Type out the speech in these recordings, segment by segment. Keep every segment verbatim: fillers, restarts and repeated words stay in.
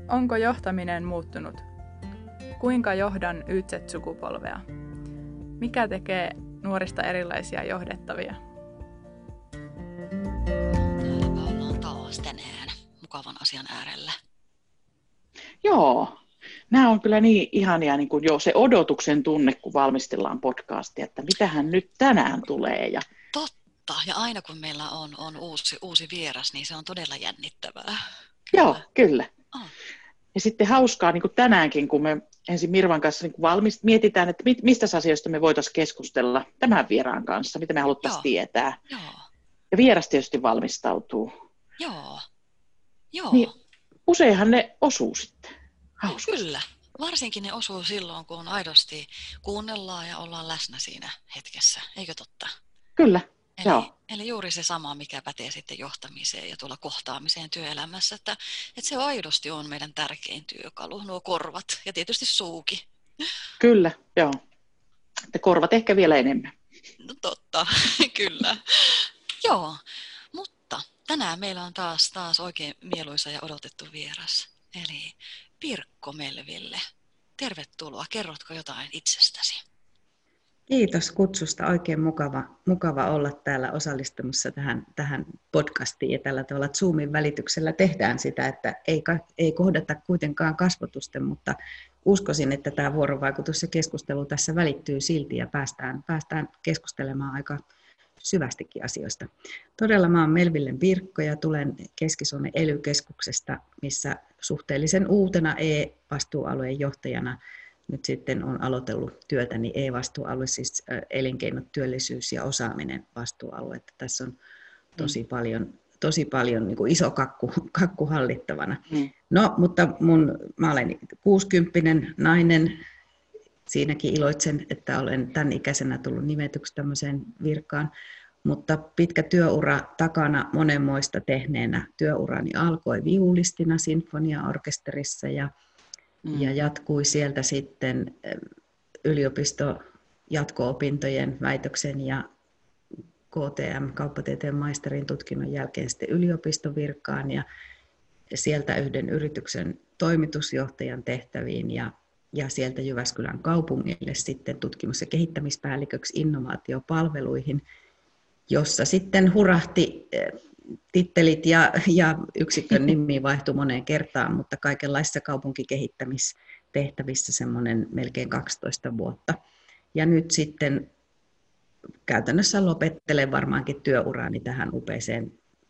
Onko johtaminen muuttunut? Kuinka johdan Y Z-sukupolvea? Mikä tekee nuorista erilaisia johdettavia? Täällä ollaan taas tänään mukavan asian äärellä. Joo, nämä on kyllä niin ihania niin kuin jo se odotuksen tunne, kun valmistellaan podcastia, että mitähän nyt tänään tulee. Ja... Totta, ja aina kun meillä on, on uusi, uusi vieras, niin se on todella jännittävää. Kyllä. Joo, kyllä. Oh. Ja sitten hauskaa niin kuin tänäänkin, kun me ensin Mirvan kanssa niin kuin valmist, mietitään, että mistä asioista me voitaisiin keskustella tämän vieraan kanssa, mitä me haluttaisiin Joo. tietää. Joo. Ja vieras tietysti valmistautuu. Joo. Joo. Niin useinhan ne osuu sitten. Hauskasti. Kyllä. Varsinkin ne osuu silloin, kun aidosti kuunnellaan ja ollaan läsnä siinä hetkessä. Eikö totta? Kyllä, Eli, joo. eli juuri se sama, mikä pätee sitten johtamiseen ja tuolla kohtaamiseen työelämässä, että, että se aidosti on meidän tärkein työkalu, nuo korvat ja tietysti suukin. Kyllä, joo. Että korvat ehkä vielä enemmän. No totta, kyllä. Joo, mutta tänään meillä on taas, taas oikein mieluisa ja odotettu vieras, eli Pirkko Melville. Tervetuloa, kerrotko jotain itsestäsi? Kiitos kutsusta. Oikein mukava, mukava olla täällä osallistumassa tähän, tähän podcastiin ja tällä tavalla Zoomin välityksellä tehdään sitä, että ei, ei kohdata kuitenkaan kasvotusten, mutta uskoisin, että tämä vuorovaikutus ja keskustelu tässä välittyy silti ja päästään, päästään keskustelemaan aika syvästikin asioista. Todella mä oon Melvillen Pirkko ja tulen Keski-Suomen E L Y-keskuksesta, missä suhteellisen uutena E-vastuualueen johtajana nyt sitten on aloitellut työtäni E-vastuualue, siis elinkeinot, työllisyys ja osaaminen vastuualue. Että tässä on tosi mm. paljon, tosi paljon niin kuin iso kakku, kakku hallittavana. Mm. No, mutta mun, mä olen kuusikymppinen nainen. Siinäkin iloitsen, että olen tämän ikäisenä tullut nimetyksi tämmöiseen virkaan. Mutta pitkä työura takana monenmoista tehneenä. Työurani alkoi viulistina sinfoniaorkesterissa ja Mm. ja jatkui sieltä sitten yliopisto jatko-opintojen väitöksen ja K T M, kauppatieteen maisterin tutkinnon jälkeen sitten yliopistovirkaan ja sieltä yhden yrityksen toimitusjohtajan tehtäviin ja, ja sieltä Jyväskylän kaupungille sitten tutkimus- ja kehittämispäälliköksi innovaatiopalveluihin, jossa sitten hurahti tittelit ja, ja yksikön nimi vaihtui moneen kertaan, mutta kaikenlaisissa kaupunkikehittämistehtävissä semmoinen melkein kaksitoista vuotta. Ja nyt sitten käytännössä lopettelen varmaankin työuraani tähän upeeseen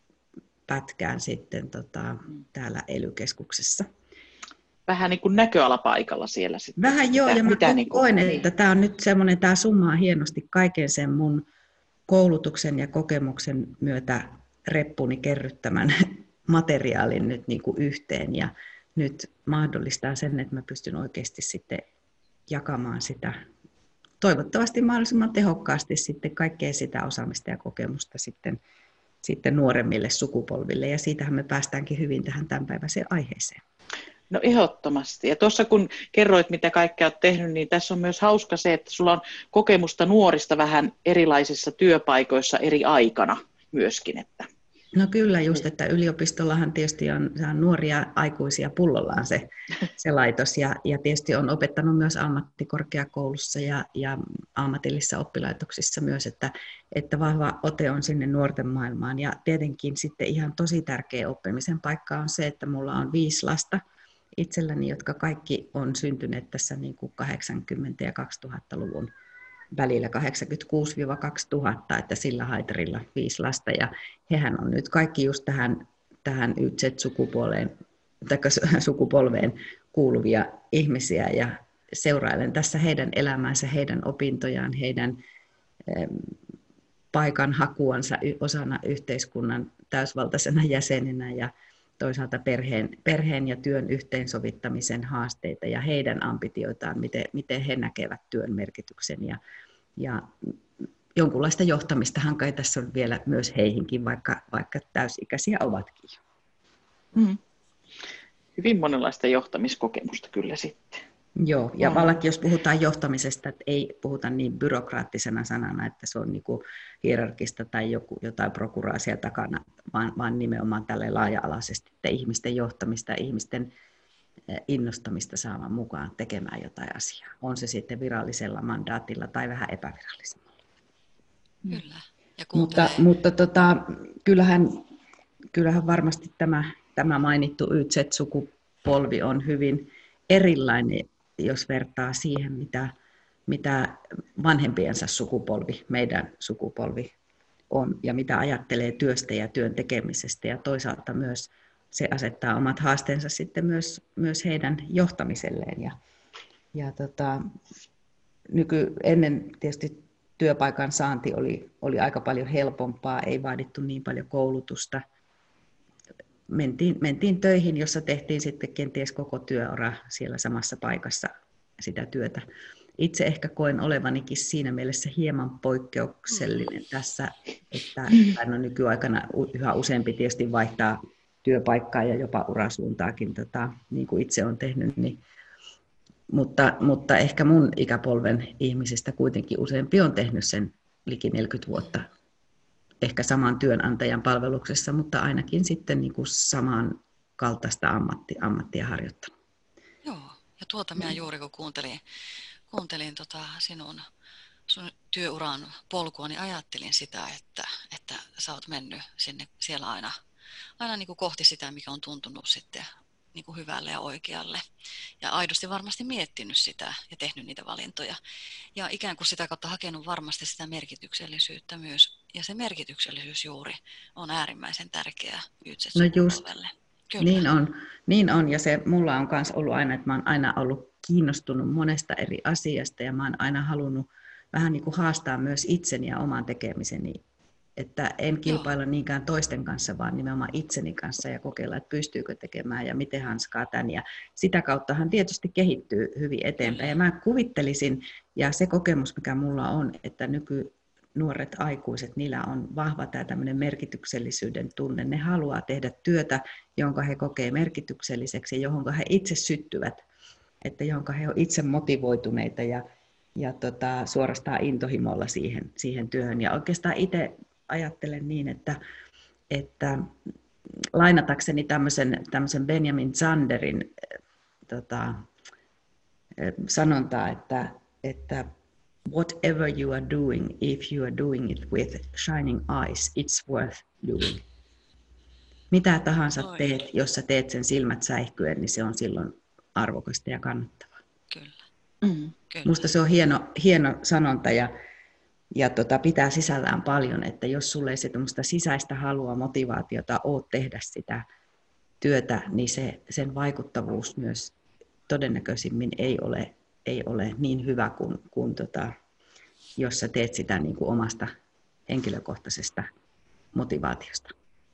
pätkään sitten tota, täällä E L Y-keskuksessa. Vähän niin kuin näköalapaikalla siellä sitten. Vähän joo, mitä, ja mä mitä koen, niin kuin, että tämä on nyt semmoinen, tämä summaa hienosti kaiken sen mun koulutuksen ja kokemuksen myötä reppuni kerryttämän materiaalin nyt niin kuin yhteen ja nyt mahdollistaa sen, että mä pystyn oikeasti sitten jakamaan sitä toivottavasti mahdollisimman tehokkaasti sitten kaikkea sitä osaamista ja kokemusta sitten, sitten nuoremmille sukupolville ja siitähän me päästäänkin hyvin tähän tämänpäiväiseen aiheeseen. No ehdottomasti. Ja tuossa kun kerroit, mitä kaikkea olet tehnyt, niin tässä on myös hauska se, että sulla on kokemusta nuorista vähän erilaisissa työpaikoissa eri aikana myöskin. Että... No kyllä just, että yliopistollahan tietysti on, on nuoria aikuisia pullollaan se, se laitos ja, ja tietysti on opettanut myös ammattikorkeakoulussa ja, ja ammatillisissa oppilaitoksissa myös, että, että vahva ote on sinne nuorten maailmaan ja tietenkin sitten ihan tosi tärkeä oppimisen paikka on se, että mulla on viisi lasta itselläni, jotka kaikki on syntyneet tässä niin kuin kahdeksankymmentä- ja kaksituhattaluvun välillä kahdeksankymmentäkuusi kaksituhatta, että sillä haitarilla viisi lasta, ja hehän on nyt kaikki just tähän, tähän Y Z-sukupolveen sukupolveen kuuluvia ihmisiä, ja seurailen tässä heidän elämäänsä, heidän opintojaan, heidän paikan hakuansa osana yhteiskunnan täysvaltaisena jäsenenä, ja toisaalta perheen, perheen ja työn yhteensovittamisen haasteita ja heidän ambitioitaan, miten, miten he näkevät työn merkityksen. Ja, ja jonkunlaista johtamistahan kai tässä on vielä myös heihinkin, vaikka, vaikka täysikäisiä ovatkin. Mm. Hyvin monenlaista johtamiskokemusta kyllä sitten. Joo, ja vallankin jos puhutaan johtamisesta, että ei puhuta niin byrokraattisena sanana, että se on niin kuin hierarkista tai joku, jotain prokuraa takana, vaan, vaan nimenomaan tälle laaja-alaisesti, että ihmisten johtamista ja ihmisten innostamista saamaan mukaan tekemään jotain asiaa. On se sitten virallisella mandaatilla tai vähän epävirallisella. Kyllä. Ja mutta mutta tota, kyllähän, kyllähän varmasti tämä, tämä mainittu Y Z-sukupolvi on hyvin erilainen, jos vertaa siihen, mitä, mitä vanhempiensa sukupolvi, meidän sukupolvi on ja mitä ajattelee työstä ja työn tekemisestä, ja toisaalta myös se asettaa omat haasteensa sitten myös, myös heidän johtamiselleen. Ja, ja tota, nyky, ennen tietysti työpaikan saanti oli, oli aika paljon helpompaa, ei vaadittu niin paljon koulutusta. Mentiin, mentiin töihin, jossa tehtiin sitten kenties koko työura siellä samassa paikassa sitä työtä. Itse ehkä koen olevanikin siinä mielessä hieman poikkeuksellinen tässä, että no, nykyaikana yhä useampi tietysti vaihtaa työpaikkaa ja jopa urasuuntaakin, tota, niin kuin itse olen tehnyt. Niin, mutta, mutta ehkä mun ikäpolven ihmisistä kuitenkin useampi on tehnyt sen liki neljäkymmentä vuotta. Ehkä saman työnantajan palveluksessa, mutta ainakin sitten niin kuin samankaltaista ammatti, ammattia harjoittanut. Joo, ja tuota minä juuri kun kuuntelin, kuuntelin tota sinun sun työuran polkua, niin ajattelin sitä, että, että sä oot mennyt sinne siellä aina, aina niin kuin kohti sitä, mikä on tuntunut sitten niin kuin hyvälle ja oikealle. Ja aidosti varmasti miettinyt sitä ja tehnyt niitä valintoja. Ja ikään kuin sitä kautta hakenut varmasti sitä merkityksellisyyttä myös. Ja se merkityksellisyys juuri on äärimmäisen tärkeää Y Z-sukupolvelle. No niin on, niin on. Ja se mulla on myös ollut aina, että mä oon aina ollut kiinnostunut monesta eri asiasta. Ja mä oon aina halunnut vähän niin kuin haastaa myös itseni ja oman tekemiseni. Että en kilpailla Joo. niinkään toisten kanssa, vaan nimenomaan itseni kanssa ja kokeilla, että pystyykö tekemään ja miten hanskaa tämän. Ja sitä kauttahan tietysti kehittyy hyvin eteenpäin. Ja mä kuvittelisin, ja se kokemus, mikä mulla on, että nykynuoret aikuiset, niillä on vahva tämä tämmöinen merkityksellisyyden tunne. Ne haluaa tehdä työtä, jonka he kokee merkitykselliseksi ja johon he itse syttyvät, että johon he ovat itse motivoituneita ja, ja tota, suorastaan intohimolla siihen, siihen työhön. Ja oikeastaan itse ajattelen niin, että, että lainatakseni tämmöisen, tämmöisen Benjamin Zanderin tota, sanontaa, että, että whatever you are doing, if you are doing it with shining eyes, it's worth doing. Mitä tahansa teet, jos sä teet sen silmät säihkyen, niin se on silloin arvokasta ja kannattavaa. Kyllä. Mm. Kyllä. Musta se on hieno, hieno sanonta ja Ja tota, pitää sisällään paljon, että jos sulle ei semmoista sisäistä halua, motivaatiota ole tehdä sitä työtä, niin se, sen vaikuttavuus myös todennäköisimmin ei ole, ei ole niin hyvä kuin, kuin tota, jos sä teet sitä niin kuin omasta henkilökohtaisesta motivaatiosta.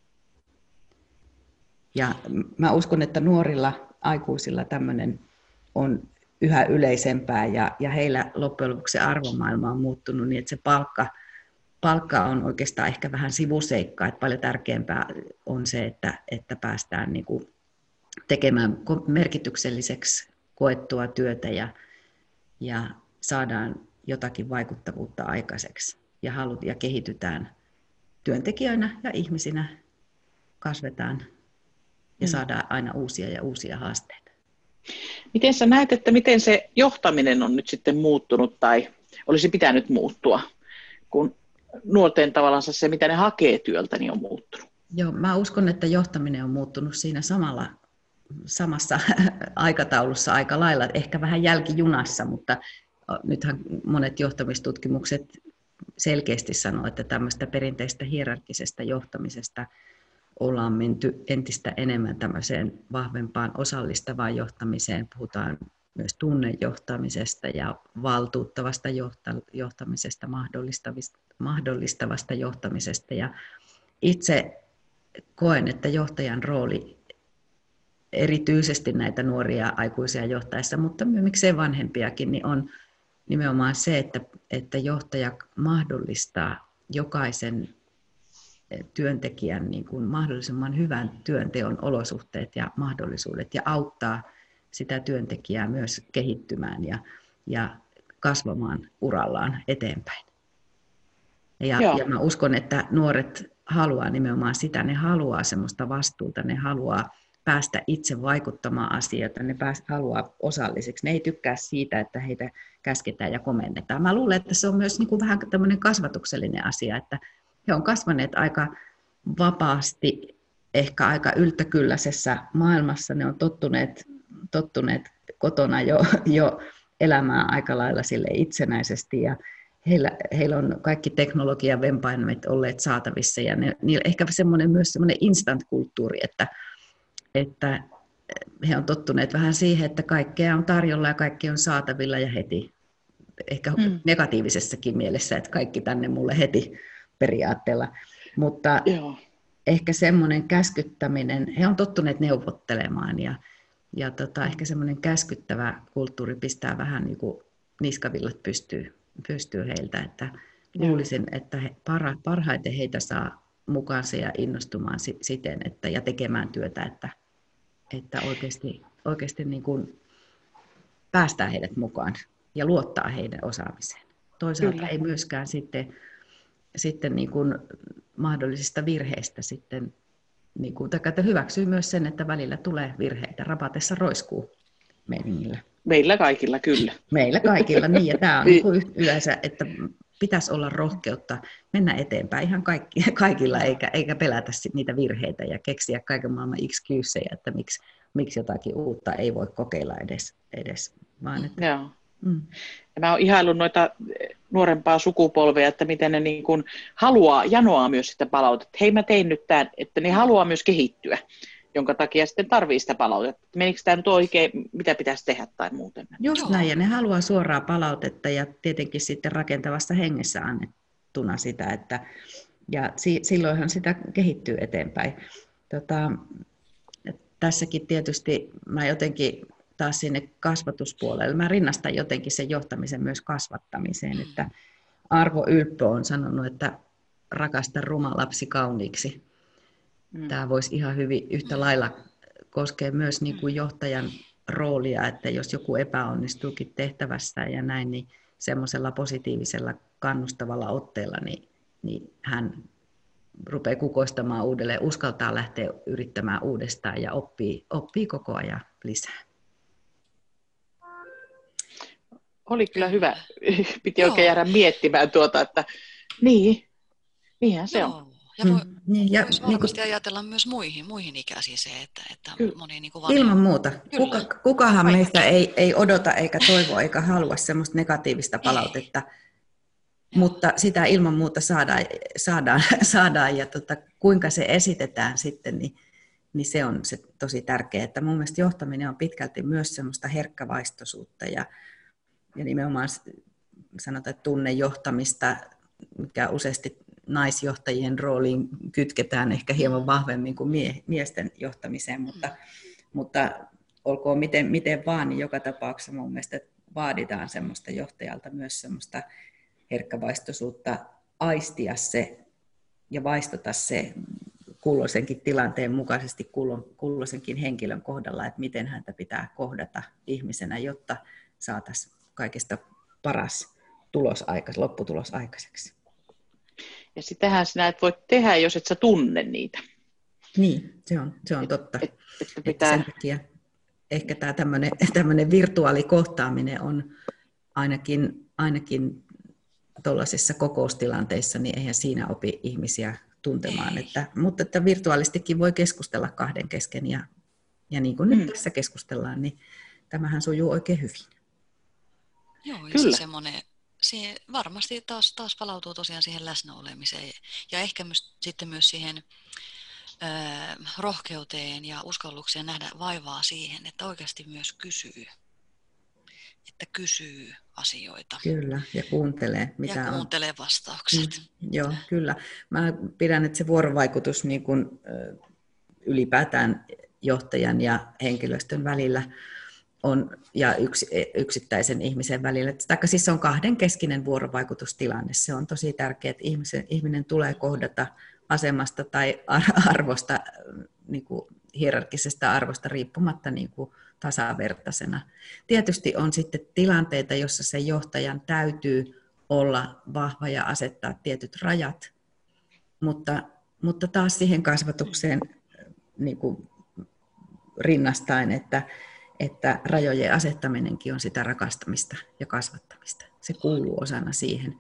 Ja mä uskon, että nuorilla aikuisilla tämmöinen on yhä yleisempää ja, ja heillä loppujen lopuksi se arvomaailma on muuttunut niin, että se palkka, palkka on oikeastaan ehkä vähän sivuseikka, että paljon tärkeämpää on se, että, että päästään niin kuin tekemään merkitykselliseksi koettua työtä ja, ja saadaan jotakin vaikuttavuutta aikaiseksi ja, halut, ja kehitytään työntekijöinä ja ihmisinä, kasvetaan ja saadaan aina uusia ja uusia haasteita. Miten sä näet, että miten se johtaminen on nyt sitten muuttunut tai olisi pitänyt muuttua, kun nuorten tavallaan se, mitä ne hakee työltä, niin on muuttunut? Joo, mä uskon, että johtaminen on muuttunut siinä samalla, samassa aikataulussa aika lailla, ehkä vähän jälkijunassa, mutta nythän monet johtamistutkimukset selkeästi sanoo, että tämmöistä perinteistä hierarkkisesta johtamisesta ollaan menty entistä enemmän tämmöiseen vahvempaan osallistavaan johtamiseen. Puhutaan myös tunnejohtamisesta ja valtuuttavasta johtamisesta, mahdollistavasta johtamisesta. Ja itse koen, että johtajan rooli erityisesti näitä nuoria aikuisia johtaessa, mutta miksei vanhempiakin, niin on nimenomaan se, että, että johtaja mahdollistaa jokaisen työntekijän niin kuin mahdollisimman hyvän työnteon olosuhteet ja mahdollisuudet ja auttaa sitä työntekijää myös kehittymään ja, ja kasvamaan urallaan eteenpäin. Ja, ja mä uskon, että nuoret haluaa nimenomaan sitä, ne haluaa semmoista vastuuta, ne haluaa päästä itse vaikuttamaan asioita, ne pääs, haluaa osallisiksi. Ne ei tykkää siitä, että heitä käsketään ja komennetaan. Mä luulen, että se on myös niin kuin vähän tämmöinen kasvatuksellinen asia, että he on kasvaneet aika vapaasti, ehkä aika yltäkylläisessä maailmassa. Ne on tottuneet, tottuneet kotona jo, jo elämään aika lailla sille itsenäisesti ja heillä, heillä on kaikki teknologian vempaimimet olleet saatavissa ja ne, niillä ehkä semmoinen, myös semmoinen instant-kulttuuri, että, että he on tottuneet vähän siihen, että kaikkea on tarjolla ja kaikki on saatavilla ja heti. Ehkä hmm. negatiivisessakin mielessä, että kaikki tänne mulle heti periaatteella. Mutta Joo. ehkä semmoinen käskyttäminen, he on tottuneet neuvottelemaan ja, ja tota, ehkä semmoinen käskyttävä kulttuuri pistää vähän niin kuin niskavillat pystyy, pystyy heiltä. Että luulisin, että he, parha, parhaiten heitä saa mukaansa ja innostumaan siten että, ja tekemään työtä, että, että oikeasti, oikeasti niin kuin päästää heidät mukaan ja luottaa heidän osaamiseen. Toisaalta Kyllä. ei myöskään sitten, sitten niin kuin mahdollisista virheistä sitten, niin kuin, että hyväksyy myös sen, että välillä tulee virheitä, rapatessa roiskuu meiningillä. Meillä kaikilla kyllä. Meillä kaikilla, niin ja tämä on niin kuin yleensä, että pitäisi olla rohkeutta mennä eteenpäin ihan kaikki, kaikilla, eikä, eikä pelätä niitä virheitä ja keksiä kaiken maailman excusejä, että miksi, miksi jotakin uutta ei voi kokeilla edes. edes vaan että, Joo. Mm. Ja mä oon ihaillut noita nuorempaa sukupolvea, että miten ne niin kuin haluaa, janoaa myös sitä palautetta. Hei, mä tein nyt tämän, että ne haluaa myös kehittyä, jonka takia sitten tarvii sitä palautetta. Menikö tämä nyt oikein, mitä pitäisi tehdä tai muuten? Just näin, ja ne haluaa suoraa palautetta ja tietenkin sitten rakentavassa hengessä annettuna sitä, että, ja si, silloinhan sitä kehittyy eteenpäin. Tota, tässäkin tietysti mä jotenkin taas sinne kasvatuspuolelle. Mä rinnastan jotenkin sen johtamisen myös kasvattamiseen, että Arvo Ylppö on sanonut, että rakasta ruma lapsi kauniiksi. Mm. Tämä voisi ihan hyvin yhtä lailla koskea myös niin kuin johtajan roolia, että jos joku epäonnistuukin tehtävässään ja näin, niin semmoisella positiivisella kannustavalla otteella, niin, niin hän rupeaa kukoistamaan uudelleen, uskaltaa lähteä yrittämään uudestaan ja oppii, oppii koko ajan lisää. Oli kyllä hyvä. Piti Joo. oikein jäädä miettimään tuota, että niin, niinhän se Joo. on. Ja voi, mm, niin, ja, voisi varmasti niin, ajatella myös muihin, muihin ikäisiin se, että, että moni niin kuin vanha... Ilman muuta. Kuka, kukahan Kaikki. meistä ei, ei odota eikä toivo eikä halua semmoista negatiivista palautetta, ei. Mutta sitä ilman muuta saadaan, saadaan, saadaan ja tota, kuinka se esitetään sitten, niin, niin se on se tosi tärkeää. Että mun mielestä johtaminen on pitkälti myös semmoista herkkävaistoisuutta ja, ja nimenomaan sanotaan, että tunnejohtamista, mikä useasti naisjohtajien rooliin kytketään ehkä hieman vahvemmin kuin mie- miesten johtamiseen, mutta, mutta olkoon miten, miten vaan, niin joka tapauksessa mun mielestä vaaditaan semmoista johtajalta myös semmoista herkkävaistoisuutta aistia se ja vaistota se kulloisenkin tilanteen mukaisesti kulloisenkin henkilön kohdalla, että miten häntä pitää kohdata ihmisenä, jotta saataisiin kaikista paras tulos aika, lopputulos aikaiseksi. Ja sitähän sinä et voi tehdä, jos et sä tunne niitä. Niin, se on, se on totta. Et, et pitää... Sen takia ehkä tämä tämmöinen, tämmöinen virtuaalikohtaaminen on ainakin, ainakin tuollaisissa kokoustilanteissa, niin eihän siinä opi ihmisiä tuntemaan. Että, mutta että virtuaalistikin voi keskustella kahden kesken ja, ja niin kuin mm. nyt tässä keskustellaan, niin tämähän sujuu oikein hyvin. Joo, ja Kyllä. se semmoinen... Se varmasti taas, taas palautuu tosiaan siihen läsnäolemiseen ja ehkä myös, sitten myös siihen ö, rohkeuteen ja uskallukseen nähdä vaivaa siihen, että oikeasti myös kysyy, että kysyy asioita. Kyllä, ja kuuntelee. Mitä ja kuuntelee on. vastaukset. Mm, joo, kyllä. Mä pidän, että se vuorovaikutus niin kuin, ylipäätään johtajan ja henkilöstön välillä on, ja yks, yksittäisen ihmisen välillä. Taikka siis se on kahdenkeskinen vuorovaikutustilanne. Se on tosi tärkeää, että ihmisen, ihminen tulee kohdata asemasta tai arvosta, niin kuin hierarkisesta arvosta riippumatta niin kuin tasavertaisena. Tietysti on sitten tilanteita, jossa se johtajan täytyy olla vahva ja asettaa tietyt rajat, mutta, mutta taas siihen kasvatukseen niin kuin rinnastaen, että, että rajojen asettaminenkin on sitä rakastamista ja kasvattamista. Se kuuluu osana siihen.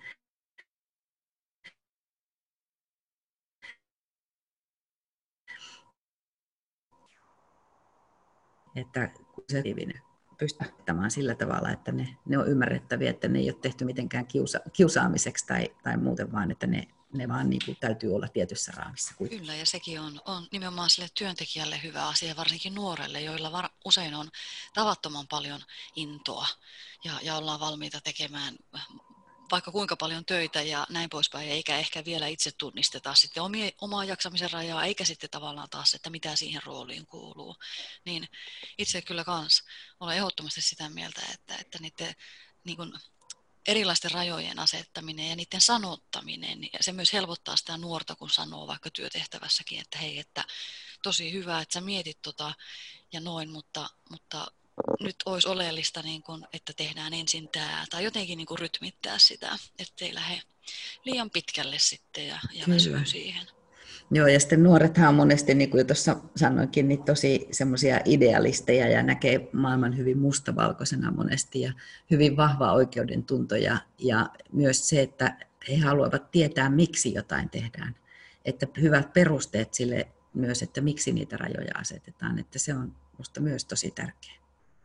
Että se pystyy ajattelemaan sillä tavalla, että ne, ne on ymmärrettäviä, että ne ei ole tehty mitenkään kiusa, kiusaamiseksi tai, tai muuten, vaan että ne, ne vaan niin kuin täytyy olla tietyssä raamissa. Kyllä, ja sekin on, on nimenomaan sille työntekijälle hyvä asia, varsinkin nuorelle, joilla var, usein on tavattoman paljon intoa ja, ja ollaan valmiita tekemään vaikka kuinka paljon töitä ja näin poispäin, eikä ehkä vielä itse tunnisteta sitten omia, omaa jaksamisen rajaa, eikä sitten tavallaan taas, että mitä siihen rooliin kuuluu. Niin itse kyllä kans olen ehdottomasti sitä mieltä, että, että niiden niin kuin erilaisten rajojen asettaminen ja niiden sanottaminen, niin se myös helpottaa sitä nuorta, kun sanoo vaikka työtehtävässäkin, että hei, että tosi hyvä, että sä mietit tota ja noin, mutta, mutta nyt olisi oleellista, niin kun, että tehdään ensin tämä, tai jotenkin niin kun rytmittää sitä, ettei lähde liian pitkälle sitten ja, ja väsyy siihen. Joo, ja sitten nuorethan on monesti, niin kuin jo tuossa sanoinkin, niin tosi semmoisia idealisteja ja näkee maailman hyvin mustavalkoisena monesti ja hyvin vahva oikeudentunto ja, ja myös se, että he haluavat tietää, miksi jotain tehdään. Että hyvät perusteet sille myös, että miksi niitä rajoja asetetaan, että se on minusta myös tosi tärkeää.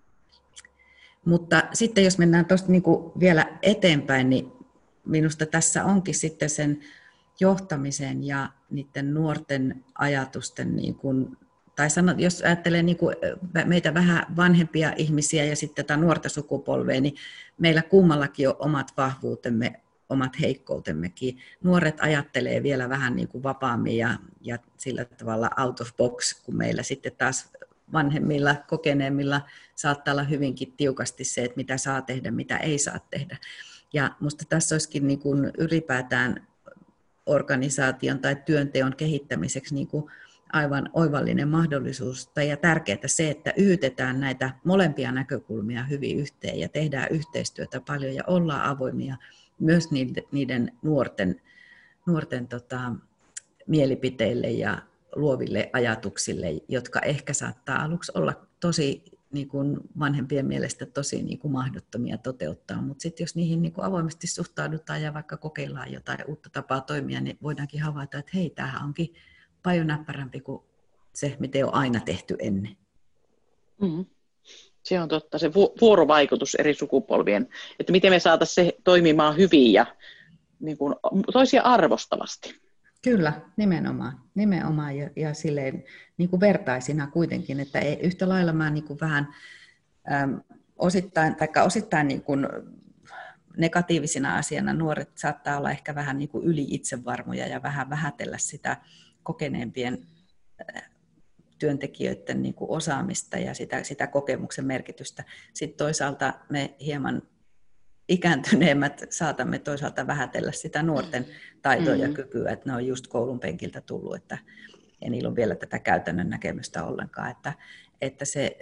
Mutta sitten jos mennään tuosta niin kuin vielä eteenpäin, niin minusta tässä onkin sitten sen johtamisen ja niiden nuorten ajatusten, niin kuin, tai sanot, jos ajattelee niin kuin meitä vähän vanhempia ihmisiä ja sitten tätä nuorta sukupolvea, niin meillä kummallakin on omat vahvuutemme, omat heikkoutemmekin. Nuoret ajattelee vielä vähän niin kuin vapaammin ja, ja sillä tavalla out of box, kun meillä sitten taas vanhemmilla, kokeneemmilla saattaa olla hyvinkin tiukasti se, että mitä saa tehdä, mitä ei saa tehdä. Ja minusta tässä olisikin niin kuin ylipäätään organisaation tai työnteon kehittämiseksi niin kuin aivan oivallinen mahdollisuus ja tärkeää se, että yhdetään näitä molempia näkökulmia hyvin yhteen ja tehdään yhteistyötä paljon ja ollaan avoimia myös niiden, niiden nuorten, nuorten tota, mielipiteille ja luoville ajatuksille, jotka ehkä saattaa aluksi olla tosi niin kuin vanhempien mielestä tosi niin kuin mahdottomia toteuttaa, mutta sitten jos niihin niin kuin avoimesti suhtaudutaan ja vaikka kokeillaan jotain uutta tapaa toimia, niin voidaankin havaita, että hei, tämähän onkin paljon näppärämpi kuin se, miten on aina tehty ennen. Mm. Se on totta, se vuorovaikutus eri sukupolvien, että miten me saataisiin se toimimaan hyvin ja niin kuin toisia arvostavasti. Kyllä, nimenomaan, nimenomaan ja, ja silleen niin kuin vertaisina kuitenkin, että ei, yhtä lailla mä niin kuin vähän äm, osittain, taikka osittain niin kuin negatiivisina asiana nuoret saattaa olla ehkä vähän niin kuin yli itsevarmoja ja vähän vähätellä sitä kokeneempien äh, työntekijöiden niin kuin osaamista ja sitä, sitä kokemuksen merkitystä. Sitten toisaalta me hieman ikääntyneemmät saatamme toisaalta vähätellä sitä nuorten taitoa ja kykyä, että ne on just koulun penkiltä tullut, että ei niillä ole vielä tätä käytännön näkemystä ollenkaan, että, että se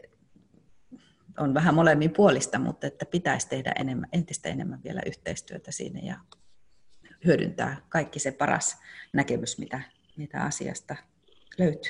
on vähän molemmin puolista, mutta että pitäisi tehdä enemmän, entistä enemmän vielä yhteistyötä siinä ja hyödyntää kaikki se paras näkemys, mitä, mitä asiasta löytyy.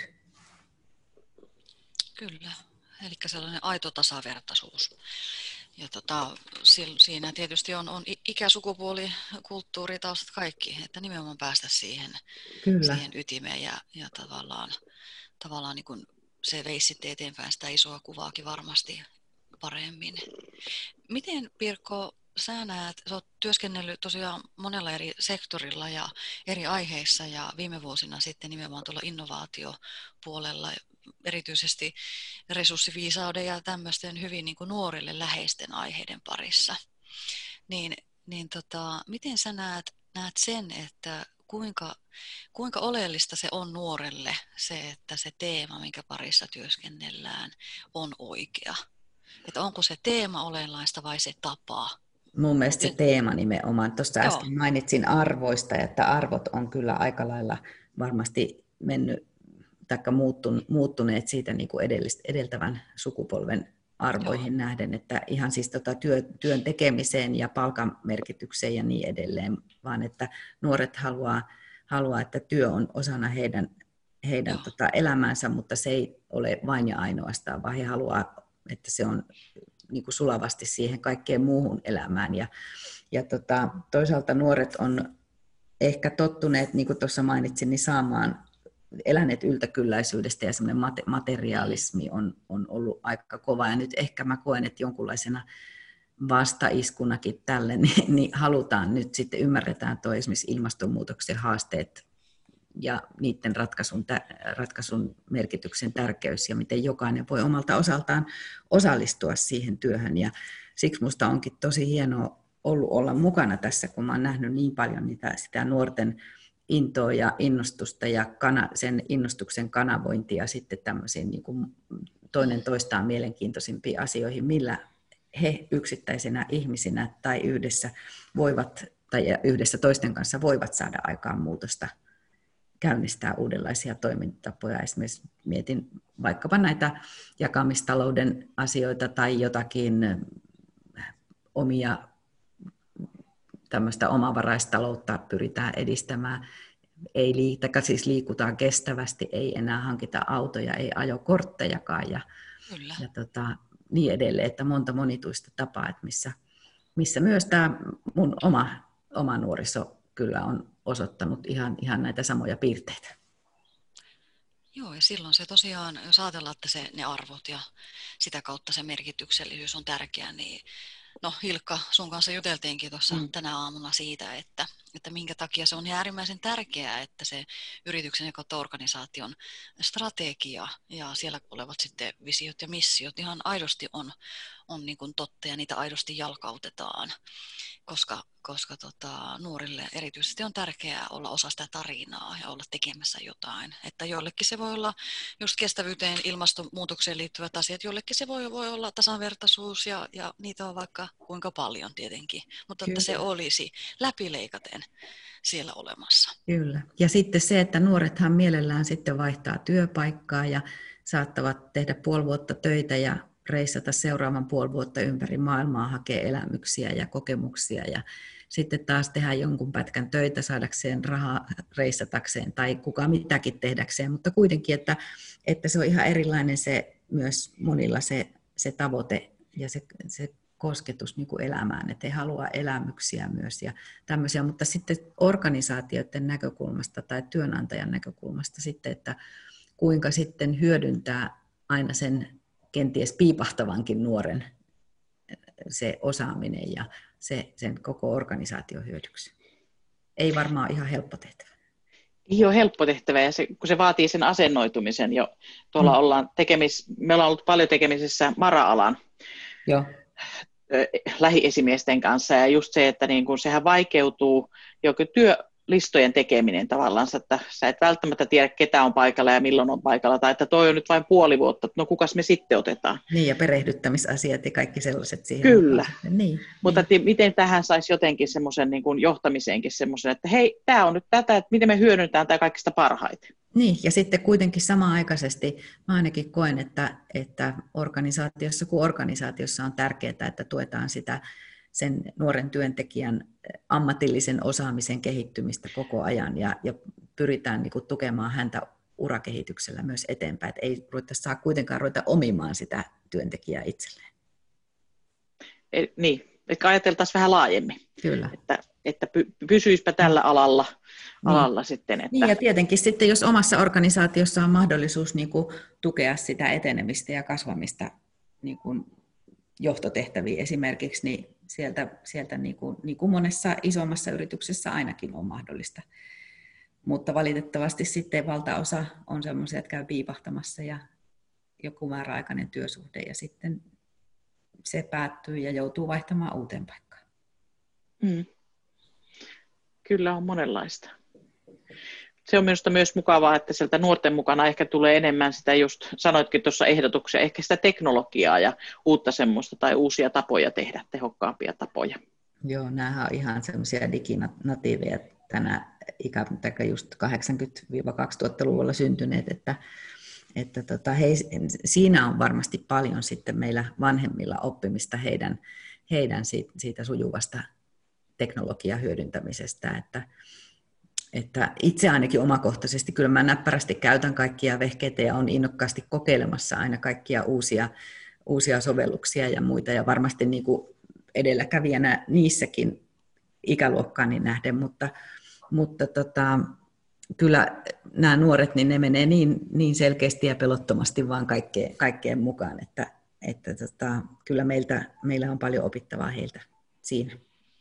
Kyllä, eli sellainen aito tasavertaisuus. Ja tota, siinä tietysti on, on ikä, sukupuoli, kulttuuri, taustat, kaikki, että nimenomaan päästä siihen, siihen ytimeen ja, ja tavallaan, tavallaan niin kuin se veisi sitten eteenpäin sitä isoa kuvaakin varmasti paremmin. Miten, Pirkko, sä näet, sä oot työskennellyt tosiaan monella eri sektorilla ja eri aiheissa ja viime vuosina sitten nimenomaan tuolla innovaatiopuolella, erityisesti resurssiviisauden ja tämmöisten hyvin niin kuin nuorille läheisten aiheiden parissa. Niin, niin tota, miten sä näet, näet sen, että kuinka, kuinka oleellista se on nuorelle se, että se teema, minkä parissa työskennellään, on oikea? Että onko se teema olennaista vai se tapa? Mun mielestä se teema nimenomaan. Tuossa äsken mainitsin arvoista, että arvot on kyllä aika lailla varmasti mennyt taikka muuttuneet siitä niin kuin edeltävän sukupolven arvoihin Joo. nähden, että ihan siis tota työ, työn tekemiseen ja palkan merkitykseen ja niin edelleen, vaan että nuoret haluaa, haluaa että työ on osana heidän, heidän tota, elämäänsä, mutta se ei ole vain ja ainoastaan, vaan he haluaa, että se on niin kuin sulavasti siihen kaikkeen muuhun elämään. Ja, ja tota, toisaalta nuoret on ehkä tottuneet, niin kuin tuossa mainitsin, niin saamaan, eläneet yltäkylläisyydestä ja semmoinen materiaalismi on, on ollut aika kova. Ja nyt ehkä mä koen, että jonkunlaisena vastaiskunakin tälle, niin, niin halutaan nyt sitten, ymmärretään tuo esimerkiksi ilmastonmuutoksen haasteet ja niiden ratkaisun, ratkaisun merkityksen tärkeys ja miten jokainen voi omalta osaltaan osallistua siihen työhön. Ja siksi musta onkin tosi hienoa ollut olla mukana tässä, kun mä oon nähnyt niin paljon niitä, sitä nuorten intoa ja innostusta ja kana, sen innostuksen kanavointia sitten tämmöisiin niin kuin toinen toistaan mielenkiintoisimpiin asioihin, millä he yksittäisenä ihmisinä tai yhdessä voivat tai yhdessä toisten kanssa voivat saada aikaan muutosta, käynnistää uudenlaisia toimintatapoja. Esimerkiksi mietin vaikkapa näitä jakamistalouden asioita tai jotakin omia tämmöistä omavaraistaloutta pyritään edistämään. Ei liitä, siis liikutaan kestävästi, ei enää hankita autoja, ei ajokorttejakaan ja, ja tota, niin edelleen, että monta monituista tapaa, että missä, missä myös tämä mun oma, oma nuoriso kyllä on osoittanut ihan, ihan näitä samoja piirteitä. Joo, ja silloin se tosiaan, jos ajatellaan, että se, ne arvot ja sitä kautta se merkityksellisyys on tärkeä, niin no Hilkka, sun kanssa juteltiinkin tuossa mm. tänä aamuna siitä, että, että minkä takia se on äärimmäisen tärkeää, että se yrityksen ja organisaation strategia ja siellä olevat sitten visiot ja missiot ihan aidosti on, on niin kuin totta ja niitä aidosti jalkautetaan, koska, koska tota, nuorille erityisesti on tärkeää olla osa sitä tarinaa ja olla tekemässä jotain. Että joillekin se voi olla just kestävyyteen, ilmastonmuutokseen liittyvät asiat, joillekin se voi, voi olla tasavertaisuus ja, ja niitä on vaikka kuinka paljon tietenkin, mutta Kyllä. että se olisi läpileikaten siellä olemassa. Kyllä. Ja sitten se, että nuorethan mielellään sitten vaihtaa työpaikkaa ja saattavat tehdä puoli vuotta töitä ja reissata seuraavan puoli vuotta ympäri maailmaa, hakea elämyksiä ja kokemuksia ja sitten taas tehdä jonkun pätkän töitä saadakseen rahaa reissatakseen tai kuka mitäkin tehdäkseen, mutta kuitenkin, että, että se on ihan erilainen se myös monilla se, se tavoite ja se, se kosketus niin kuin elämään, että he haluaa elämyksiä myös ja tämmöisiä, mutta sitten organisaatioiden näkökulmasta tai työnantajan näkökulmasta sitten, että kuinka sitten hyödyntää aina sen kenties piipahtavankin nuoren se osaaminen ja se, sen koko organisaation hyödyksi. Ei varmaan ihan helppo tehtävä. Ei ole helppo tehtävä, ja se, kun se vaatii sen asennoitumisen jo. Tuolla mm. ollaan tekemis, me ollaan ollut paljon tekemisessä Mara-alan Joo. lähiesimiesten kanssa, ja just se, että niin kun sehän vaikeutuu joku työlistojen tekeminen tavallaan, että sä et välttämättä tiedä, ketä on paikalla ja milloin on paikalla, tai että toi on nyt vain puoli vuotta, että no kukas me sitten otetaan. Niin, ja perehdyttämisasiat ja kaikki sellaiset siihen. Kyllä, niin, mutta niin. miten tähän saisi jotenkin semmoisen niin kuin johtamiseenkin semmoisen, että hei, tämä on nyt tätä, että miten me hyödynnetään tämä kaikista parhaiten. Niin, ja sitten kuitenkin samanaikaisesti mä ainakin koen, että, että organisaatiossa kuin organisaatiossa on tärkeää, että tuetaan sitä sen nuoren työntekijän ammatillisen osaamisen kehittymistä koko ajan ja, ja pyritään niin kuin tukemaan häntä urakehityksellä myös eteenpäin, että ei ruveta, saa kuitenkaan ruveta omimaan sitä työntekijää itselleen. E, niin, eli ajateltaisiin vähän laajemmin, Kyllä. että, että pysyispä tällä alalla, niin. alalla sitten. Että... Niin, ja tietenkin sitten, jos omassa organisaatiossa on mahdollisuus niin kuin tukea sitä etenemistä ja kasvamista niin kuin johtotehtäviä esimerkiksi, niin sieltä, sieltä niin, kuin, niin kuin monessa isommassa yrityksessä ainakin on mahdollista. Mutta valitettavasti sitten valtaosa on semmoisia, että käy piipahtamassa ja joku määräaikainen työsuhde ja sitten se päättyy ja joutuu vaihtamaan uuteen paikkaan. Mm. Kyllä on monenlaista. Se on minusta myös mukavaa, että sieltä nuorten mukana ehkä tulee enemmän sitä, just sanoitkin tuossa ehdotuksia, ehkä sitä teknologiaa ja uutta semmoista tai uusia tapoja tehdä, tehokkaampia tapoja. Joo, nämähän on ihan semmoisia diginatiiveja tänä ikä, just kahdeksankymmentä-kaksituhattaluvulla syntyneet, että, että tota, hei, siinä on varmasti paljon sitten meillä vanhemmilla oppimista heidän, heidän siitä, siitä sujuvasta teknologian hyödyntämisestä, että että itse ainakin omakohtaisesti kyllä mä näppärästi käytän kaikkia vehkeitä ja on innokkaasti kokeilemassa aina kaikkia uusia, uusia sovelluksia ja muita ja varmasti niin kuin edelläkävijänä niissäkin ikäluokkaani nähden, mutta, mutta tota, kyllä nämä nuoret, niin ne menee niin, niin selkeästi ja pelottomasti vaan kaikkeen, kaikkeen mukaan, että, että tota, kyllä meiltä, meillä on paljon opittavaa heiltä siinä.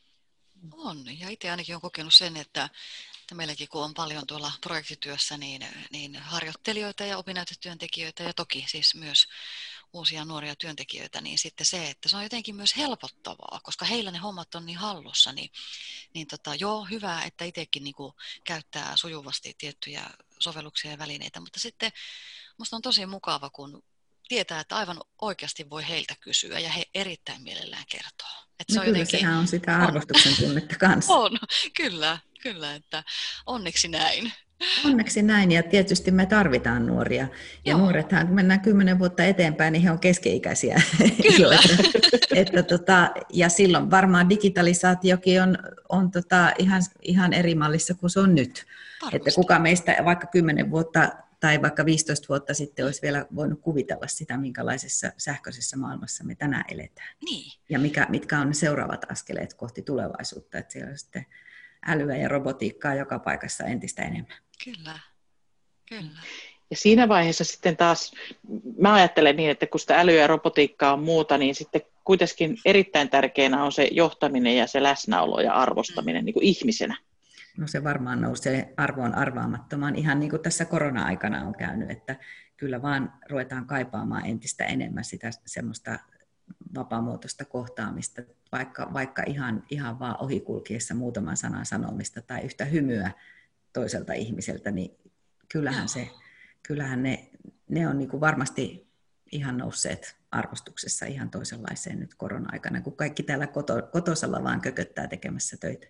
On, ja itse ainakin olen kokenut sen, että, että meilläkin kun on paljon tuolla projektityössä, niin, niin harjoittelijoita ja opinnäytetyöntekijöitä ja toki siis myös uusia nuoria työntekijöitä, niin sitten se, että se on jotenkin myös helpottavaa, koska heillä ne hommat on niin hallussa, niin, niin tota, joo, hyvä, että itsekin niin kuin käyttää sujuvasti tiettyjä sovelluksia ja välineitä, mutta sitten musta on tosi mukava, kun tietää, että aivan oikeasti voi heiltä kysyä ja he erittäin mielellään kertoo. Että no se on kyllä jotenkin, sehän on sitä arvostuksen tunnetta kanssa. On, kyllä, kyllä, että onneksi näin. Onneksi näin, ja tietysti me tarvitaan nuoria. Ja Joo. nuorethan, kun mennään kymmenen vuotta eteenpäin, niin he on keski-ikäisiä. Kyllä. että, tota, ja silloin varmaan digitalisaatiokin on, on tota ihan, ihan eri mallissa kuin se on nyt. Varmasti. Että kuka meistä vaikka kymmenen vuotta tai vaikka viisitoista vuotta sitten olisi vielä voinut kuvitella sitä, minkälaisessa sähköisessä maailmassa me tänään eletään. Niin. Ja mikä, mitkä on ne seuraavat askeleet kohti tulevaisuutta. Että siellä on sitten älyä ja robotiikkaa joka paikassa entistä enemmän. Kyllä, kyllä. Ja siinä vaiheessa sitten taas, mä ajattelen niin, että kun sitä älyä ja robotiikkaa on muuta, niin sitten kuitenkin erittäin tärkeänä on se johtaminen ja se läsnäolo ja arvostaminen niin kuin ihmisenä. No se varmaan nousee arvoon arvaamattomaan, ihan niin kuin tässä korona-aikana on käynyt, että kyllä vaan ruvetaan kaipaamaan entistä enemmän sitä semmoista vapaamuotoista kohtaamista, vaikka, vaikka ihan, ihan vaan ohikulkiessa muutaman sanan sanomista tai yhtä hymyä toiselta ihmiseltä, niin kyllähän, se, kyllähän ne, ne on niin kuin varmasti ihan nousseet arvostuksessa ihan toisenlaiseen nyt korona-aikana, kun kaikki täällä koto, kotosalla vaan kököttää tekemässä töitä.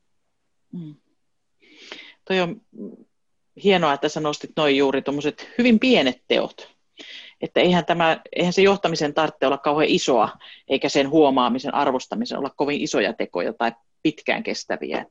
Mm. Toi on hienoa, että sä nostit noin juuri tuommoiset hyvin pienet teot. Että eihän, tämä, eihän se johtamisen tarvitse olla kauhean isoa, eikä sen huomaamisen, arvostamisen olla kovin isoja tekoja tai pitkään kestäviä.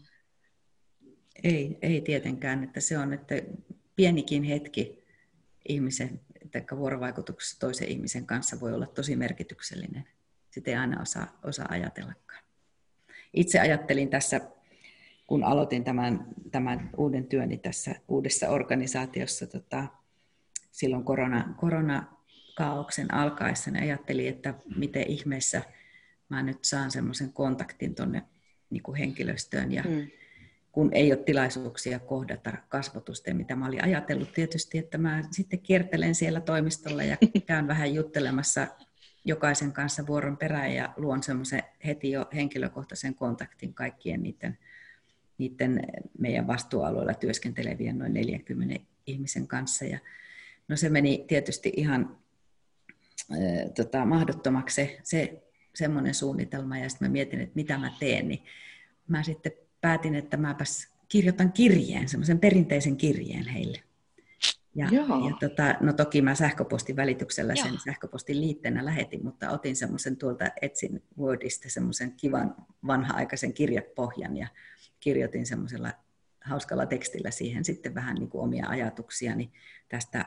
Ei, ei tietenkään, että se on, että pienikin hetki ihmisen tai vuorovaikutuksessa toisen ihmisen kanssa voi olla tosi merkityksellinen. Sitä ei aina osaa, osaa ajatellakaan. Itse ajattelin tässä, kun aloitin tämän, tämän uuden työni tässä uudessa organisaatiossa, tota, silloin korona, koronakaaoksen alkaessa, niin ajattelin, että miten ihmeessä mä nyt saan semmoisen kontaktin tuonne niin kuin henkilöstöön, ja mm. kun ei ole tilaisuuksia kohdata kasvotusten, mitä mä olin ajatellut tietysti, että mä sitten kiertelen siellä toimistolla ja käyn vähän juttelemassa jokaisen kanssa vuoron perään ja luon semmoisen heti jo henkilökohtaisen kontaktin kaikkien niiden, niiden meidän vastuualueilla työskentelevien noin neljänkymmenen ihmisen kanssa. Ja no se meni tietysti ihan äh, tota, mahdottomaksi se, se semmoinen suunnitelma, ja sitten mä mietin, että mitä mä teen, niin mä sitten päätin, että mäpäs kirjoitan kirjeen, semmoisen perinteisen kirjeen heille. Ja, ja tota, no toki mä sähköpostin välityksellä sen Joo. sähköpostin liitteenä lähetin, mutta otin semmoisen tuolta etsin Wordista semmoisen kivan vanha-aikaisen kirjepohjan ja kirjoitin semmoisella hauskalla tekstillä siihen sitten vähän niin kuin omia ajatuksiani tästä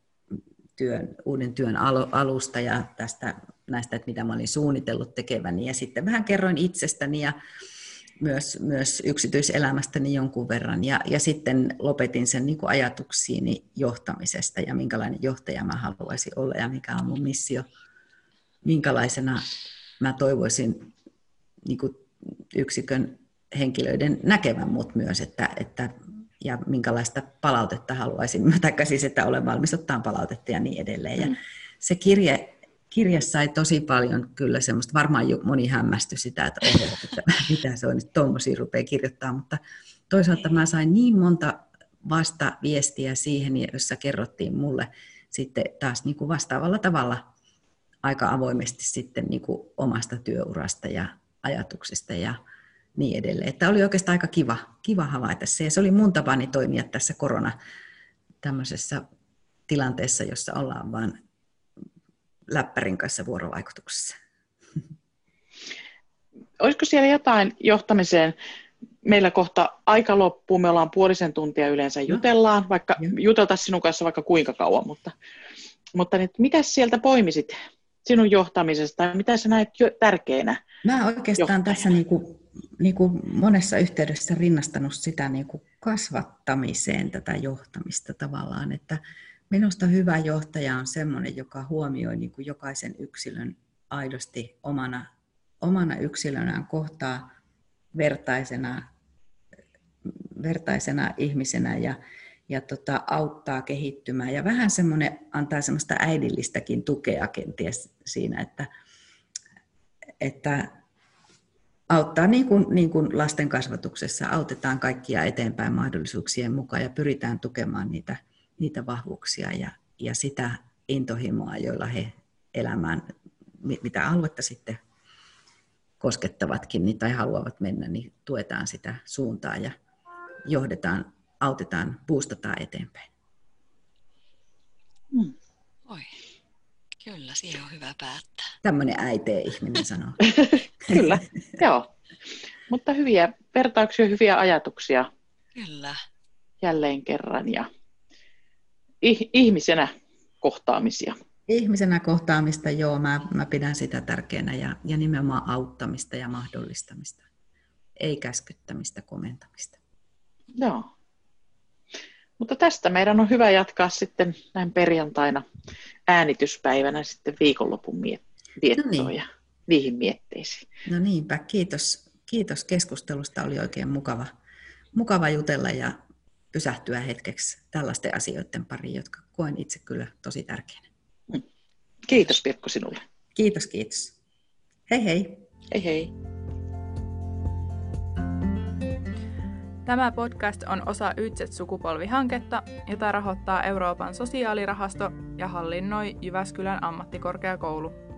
työn, uuden työn alusta ja tästä näistä, että mitä mä olin suunnitellut tekeväni, ja sitten vähän kerroin itsestäni ja myös, myös yksityiselämästäni jonkun verran, ja, ja sitten lopetin sen niin kuin ajatuksiini johtamisesta ja minkälainen johtaja mä haluaisin olla ja mikä on mun missio, minkälaisena mä toivoisin niin kuin yksikön henkilöiden näkevän mut myös, että, että, ja minkälaista palautetta haluaisin, tai siis, että olen valmis ottaa palautetta ja niin edelleen. Mm. Ja se kirje, kirje sai tosi paljon kyllä semmoista, varmaan moni hämmästyi sitä, että oho, että mitä se on, nyt tuommoisia rupeaa kirjoittaa, mutta toisaalta mä sain niin monta vasta viestiä siihen, jossa kerrottiin mulle sitten taas niin kuin vastaavalla tavalla aika avoimesti sitten niin kuin omasta työurasta ja ajatuksista ja niin edelleen. Että oli oikeastaan aika kiva, kiva havaita se. Ja se oli mun tapani toimia tässä korona tämmöisessä tilanteessa, jossa ollaan vaan läppärin kanssa vuorovaikutuksessa. Olisiko siellä jotain johtamiseen meillä kohta aika loppuu, me ollaan puolisen tuntia yleensä jutellaan, no. vaikka no. juteltaisiin sinun kanssa vaikka kuinka kauan, mutta, mutta nyt, mitä sieltä poimisit sinun johtamisesta ja mitä sä näet jo tärkeänä? Mä oikeastaan johtajana? Tässä niin kuin, niin kuin monessa yhteydessä rinnastanut sitä niin kuin kasvattamiseen tätä johtamista tavallaan, että minusta hyvä johtaja on semmoinen, joka huomioi niin kuin jokaisen yksilön aidosti omana, omana yksilönään, kohtaa vertaisena, vertaisena ihmisenä ja, ja tota, auttaa kehittymään. Ja vähän semmoinen antaa semmoista äidillistäkin tukea kenties siinä, että, että auttaa niin kuin, niin kuin lasten kasvatuksessa, autetaan kaikkia eteenpäin mahdollisuuksien mukaan ja pyritään tukemaan niitä, niitä vahvuuksia ja, ja sitä intohimoa, joilla he elämään, mitä aluetta sitten koskettavatkin niin, tai haluavat mennä, niin tuetaan sitä suuntaa ja johdetaan, autetaan, boostataan eteenpäin. Hmm. Oi, kyllä, siihen on hyvä päättää. Tämmöinen äitee-ihminen sanoo. Kyllä, joo. Mutta hyviä vertauksia, hyviä ajatuksia. Kyllä. Jälleen kerran ja ihmisenä kohtaamisia. Ihmisenä kohtaamista, joo, mä, mä pidän sitä tärkeänä ja, ja nimenomaan auttamista ja mahdollistamista. Ei käskyttämistä, komentamista. Joo. Mutta tästä meidän on hyvä jatkaa sitten näin perjantaina äänityspäivänä sitten viikonlopun viettoon no niin. ja niihin mietteisiin. No niinpä, kiitos, kiitos keskustelusta. Oli oikein mukava, mukava jutella ja pysähtyä hetkeksi tällaisten asioiden pariin, jotka koen itse kyllä tosi tärkeänä. Kiitos Pirkko sinulle. Kiitos, kiitos. Hei hei. Hei hei. Tämä podcast on osa Y Z T-sukupolvihanketta, jota rahoittaa Euroopan sosiaalirahasto ja hallinnoi Jyväskylän ammattikorkeakoulu.